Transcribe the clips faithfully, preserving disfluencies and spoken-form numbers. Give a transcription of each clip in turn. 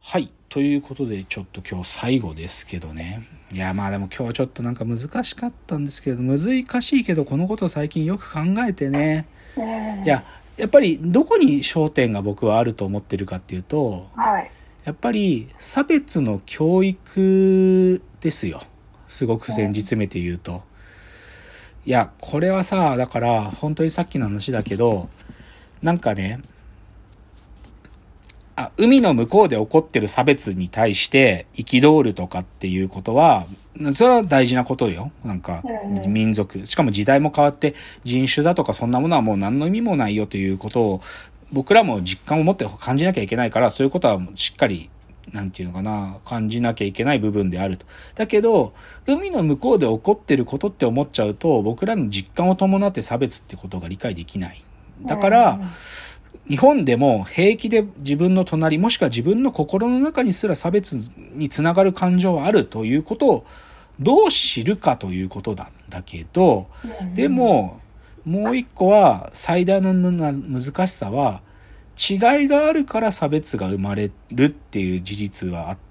はい。ということで、ちょっと今日最後ですけどね。いや、まあでも今日ちょっとなんか難しかったんですけど、難しいけど、このこと最近よく考えてね。いや、やっぱりどこに焦点が僕はあると思ってるかっていうと、 はい。 やっぱり差別の教育ですよ。すごく先日目て言うと。いや、これはさ、だから本当にさっきの話だけど、なんかね、あ、海の向こうで起こってる差別に対して憤るとかっていうことは、それは大事なことよ。なんか、民族。しかも時代も変わって人種だとかそんなものはもう何の意味もないよということを、僕らも実感を持って感じなきゃいけないから、そういうことはしっかり、なんていうのかな、感じなきゃいけない部分であると。だけど、海の向こうで起こってることって思っちゃうと、僕らの実感を伴って差別ってことが理解できない。だから、日本でも平気で自分の隣もしくは自分の心の中にすら差別につながる感情はあるということをどう知るかということなんだけど、でももう一個は最大の難しさは違いがあるから差別が生まれるっていう事実はあって、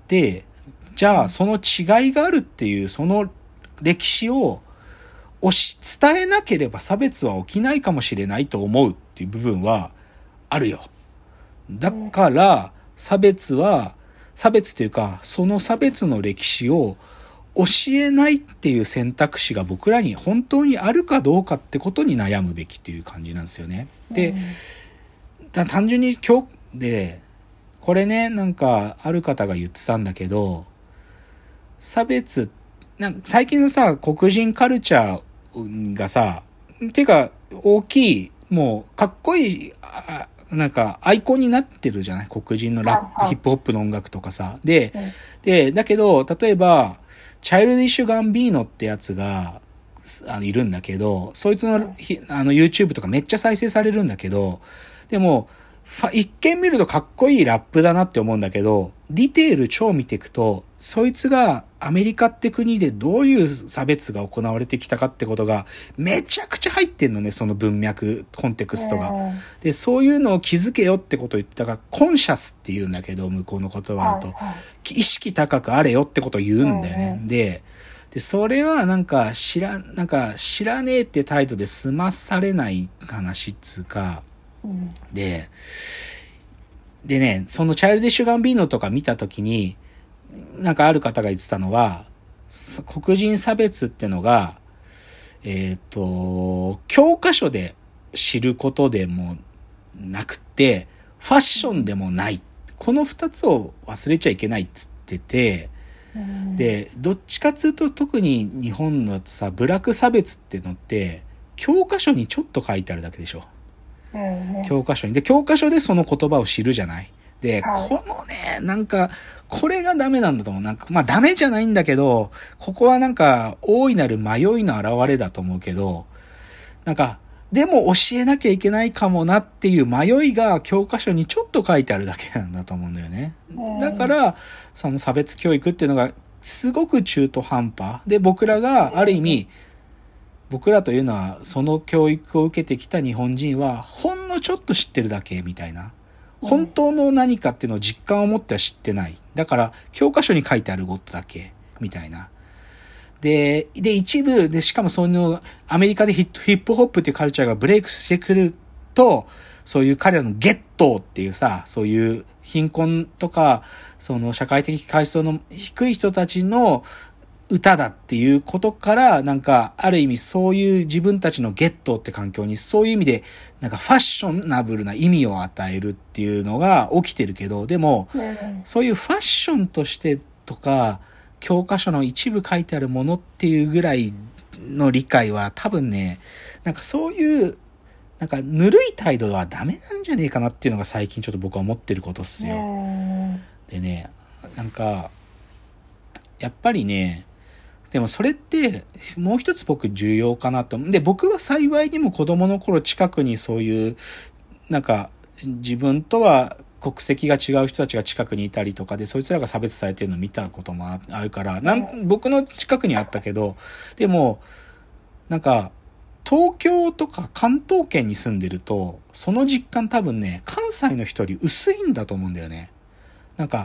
じゃあその違いがあるっていうその歴史を押し伝えなければ差別は起きないかもしれないと思うっていう部分はあるよ。だから差別は差別というかその差別の歴史を教えないっていう選択肢が僕らに本当にあるかどうかってことに悩むべきっていう感じなんですよね。で、単純に今日でこれね、なんかある方が言ってたんだけど、差別なんか最近のさ黒人カルチャーがさ、てか大きいもうかっこいいなんかアイコンになってるじゃない、黒人のラップヒップホップの音楽とかさ。で、でだけど例えばチャイルディッシュガンビーノってやつがあのいるんだけど、そいつのあの YouTube とかめっちゃ再生されるんだけど、でも一見見るとかっこいいラップだなって思うんだけど、ディテール超見ていくと、そいつがアメリカって国でどういう差別が行われてきたかってことがめちゃくちゃ入ってんのね、その文脈、コンテクストが。で、そういうのを気づけよってことを言ったから、コンシャスって言うんだけど、向こうの言葉だと。意識高くあれよってことを言うんだよね。で、で、それはなんか知ら、なんか知らねえって態度で済まされない話っつうか、で、でね、そのチャイルディッシュガンビーノとか見たときに、なんかある方が言ってたのは、黒人差別ってのが、えっと、教科書で知ることでもなくて、ファッションでもない。この二つを忘れちゃいけないっつってて、で、どっちかっつうと特に日本のさ、ブラック差別ってのって、教科書にちょっと書いてあるだけでしょ。教科書に。で、教科書でその言葉を知るじゃない。で、このね、なんか、これがダメなんだと思う。なんか、まあダメじゃないんだけど、ここはなんか、大いなる迷いの表れだと思うけど、なんか、でも教えなきゃいけないかもなっていう迷いが教科書にちょっと書いてあるだけなんだと思うんだよね。だから、その差別教育っていうのが、すごく中途半端。で、僕らがある意味、僕らというのはその教育を受けてきた日本人はほんのちょっと知ってるだけみたいな。本当の何かっていうのを実感を持っては知ってない。だから教科書に書いてあることだけみたいな。で、で一部でしかもそのアメリカでヒップホップっていうカルチャーがブレイクしてくると、そういう彼らのゲットーっていうさ、そういう貧困とかその社会的階層の低い人たちの歌だっていうことから、なんか、ある意味そういう自分たちのゲットって環境に、そういう意味で、なんかファッショナブルな意味を与えるっていうのが起きてるけど、でも、そういうファッションとしてとか、教科書の一部書いてあるものっていうぐらいの理解は多分ね、なんかそういう、なんかぬるい態度はダメなんじゃねえかなっていうのが最近ちょっと僕は思ってることっすよ。でね、なんか、やっぱりね、でもそれってもう一つ僕重要かなと。で、僕は幸いにも子供の頃近くにそういうなんか自分とは国籍が違う人たちが近くにいたりとかで、そいつらが差別されてるのを見たこともあるから、なん僕の近くにあったけど、でもなんか東京とか関東圏に住んでるとその実感多分ね、関西の人より薄いんだと思うんだよね。なんか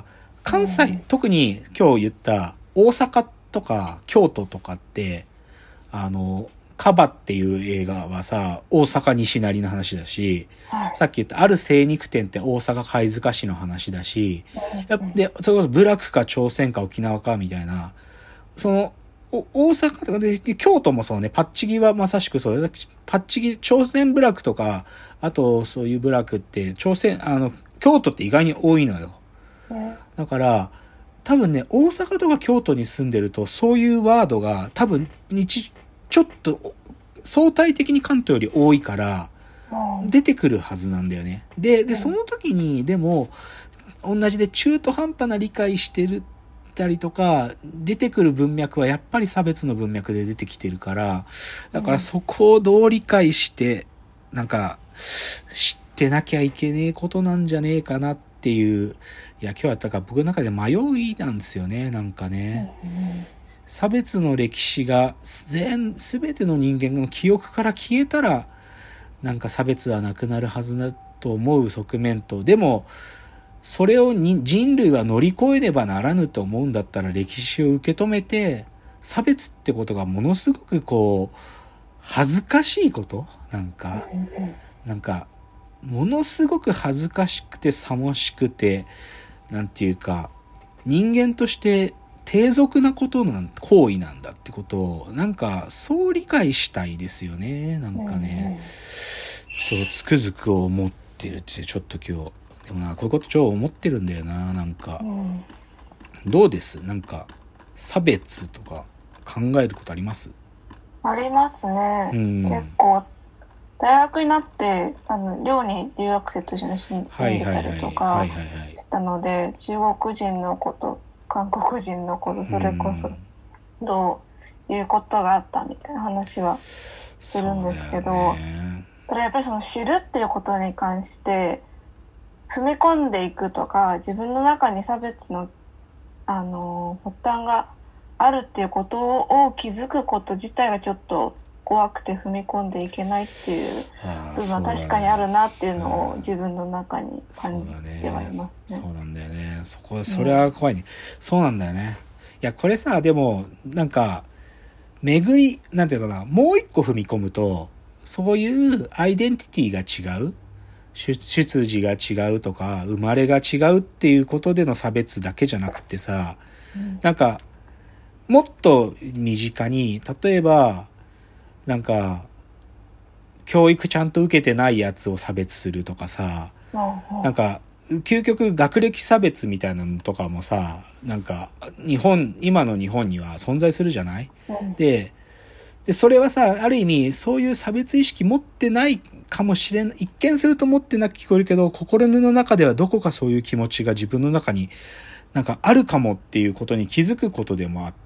関西、うん、特に今日言った大阪とか京都とかって、あの、カバっていう映画はさ、大阪西成の話だし、はい、さっき言ったある精肉店って大阪貝塚市の話だし、うん、で、それこそ部落か朝鮮か沖縄かみたいな、その、大阪とかで、京都もそうね、パッチギはまさしくそうだ。パッチギ、朝鮮部落とか、あとそういう部落って、朝鮮、あの、京都って意外に多いのよ。うん、だから、多分ね、大阪とか京都に住んでると、そういうワードが多分、日、ちょっと相対的に関東より多いから出てくるはずなんだよね。で、で、その時にでも同じで中途半端な理解してるたりとか出てくる文脈はやっぱり差別の文脈で出てきてるから、だからそこをどう理解してなんか知ってなきゃいけねえことなんじゃねえかなっていう、いや今日はだから僕の中で迷いなんですよね、なんかね。差別の歴史が全、すべての人間の記憶から消えたら、なんか差別はなくなるはずだと思う側面と、でも、それをに人類は乗り越えねばならぬと思うんだったら歴史を受け止めて、差別ってことがものすごくこう、恥ずかしいことなんか、なんか、ものすごく恥ずかしくてさもしくて、なんていうか、人間として、低俗なことなん行為なんだってことをなんかそう理解したいですよね、なんかね、うんうん、とつくづく思ってるってちょっと今日でもなこういうこと超思ってるんだよな、なんか、うん、どうですなんか差別とか考えることあります？ ありますね、うん、結構大学になってあの寮に留学生と一緒に住んでたりとかしたので、中国人のこと韓国人のことそれこそどういうことがあったみたいな話はするんですけど、ただやっぱりその知るっていうことに関して踏み込んでいくとか、自分の中に差別のあの発端があるっていうことを気づくこと自体がちょっと怖くて踏み込んでいけないっていう部分は確かにあるなっていうのを自分の中に感じてはいますね。 そうなんだよね。そこ、それは怖いね。うん、そうなんだよね。いや、これさ、でも、なんか、巡り、なんていうかな、もう一個踏み込むと、そういうアイデンティティが違う、出自が違うとか、生まれが違うっていうことでの差別だけじゃなくてさ、うん、なんか、もっと身近に、例えば、なんか、教育ちゃんと受けてないやつを差別するとかさ、なんか、究極学歴差別みたいなのとかもさ、なんか、日本、今の日本には存在するじゃない？で、で、それはさ、ある意味、そういう差別意識持ってないかもしれない。一見すると持ってなく聞こえるけど、心の中ではどこかそういう気持ちが自分の中になんかあるかもっていうことに気づくことでもあって、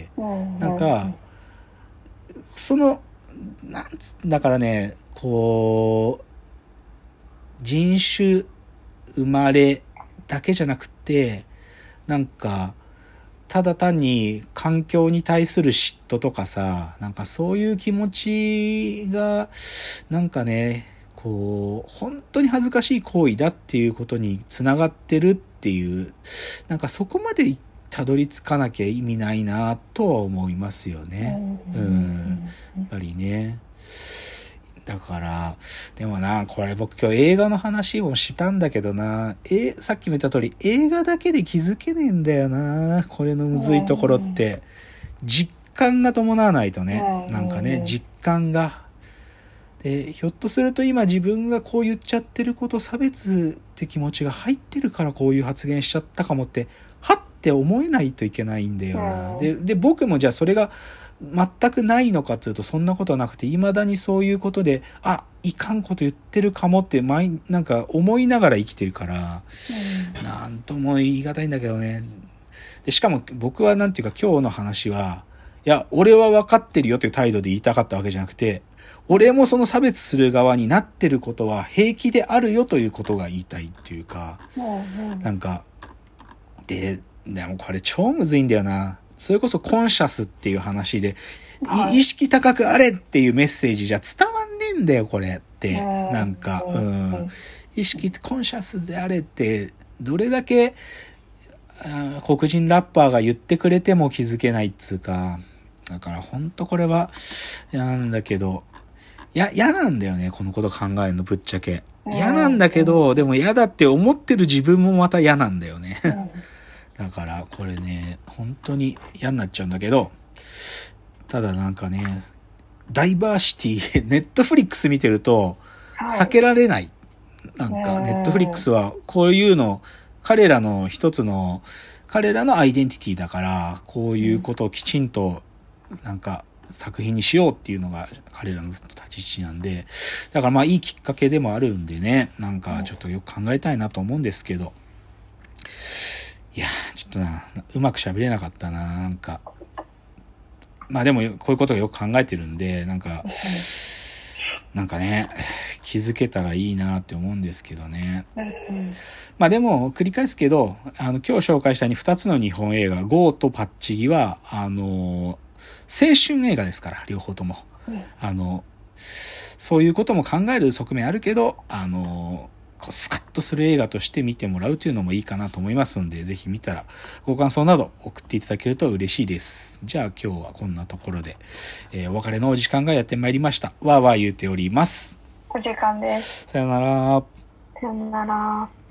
なんか、その、なんつ、だからね、こう、人種、生まれだけじゃなくて、なんか、ただ単に環境に対する嫉妬とかさ、なんかそういう気持ちが、なんかね、こう、本当に恥ずかしい行為だっていうことにつながってるっていう、なんかそこまでたどり着かなきゃ意味ないなとは思いますよね。うん。やっぱりね。だから、でもな、これ僕今日映画の話もしたんだけどな、え、さっきも言った通り、映画だけで気づけねえんだよな、これのむずいところって。実感が伴わないとね、なんかね、実感が。で、ひょっとすると今自分がこう言っちゃってること差別って気持ちが入ってるからこういう発言しちゃったかもって、はって思えないといけないんだよな。で、で、僕もじゃあそれが、全くないのかっていうとそんなことはなくて、未だにそういうことで、あ、いかんこと言ってるかもって毎なんか思いながら生きてるから、うん、なんとも言い難いんだけどね。でしかも僕はなんていうか今日の話は、いや俺は分かってるよという態度で言いたかったわけじゃなくて、俺もその差別する側になってることは平気であるよということが言いたいっていうか、うんうん、なんかででもこれ超むずいんだよな。それこそコンシャスっていう話で、はい、意識高くあれっていうメッセージじゃ伝わんねえんだよこれって、なんか、うん、意識コンシャスであれってどれだけ黒人ラッパーが言ってくれても気づけないっつうか、だからほんとこれは嫌なんだけど、いや、嫌なんだよね、このこと考えるの、ぶっちゃけ。嫌なんだけど、でも嫌だって思ってる自分もまた嫌なんだよね。だから、これね、本当に嫌になっちゃうんだけど、ただなんかね、ダイバーシティ、ネットフリックス見てると、避けられない。はい、なんか、ネットフリックスは、こういうの、彼らの一つの、彼らのアイデンティティだから、こういうことをきちんと、なんか、作品にしようっていうのが彼らの立ち位置なんで、だからまあいいきっかけでもあるんでね、なんかちょっとよく考えたいなと思うんですけど、いやー、ちょっとな、うまく喋れなかったな、なんか。まあでもこういうことをよく考えてるんで、なんか、なんかね、気づけたらいいなって思うんですけどね。まあでも繰り返すけど、あの今日紹介したにふたつの日本映画、ゴーとパッチギは、あの、青春映画ですから、両方とも。あの、そういうことも考える側面あるけど、あの、スカッとする映画として見てもらうというのもいいかなと思いますので、ぜひ見たらご感想など送っていただけると嬉しいです。じゃあ今日はこんなところで、えー、お別れのお時間がやってまいりました。わーわー言うております。 お時間です。 さよなら。 さよなら。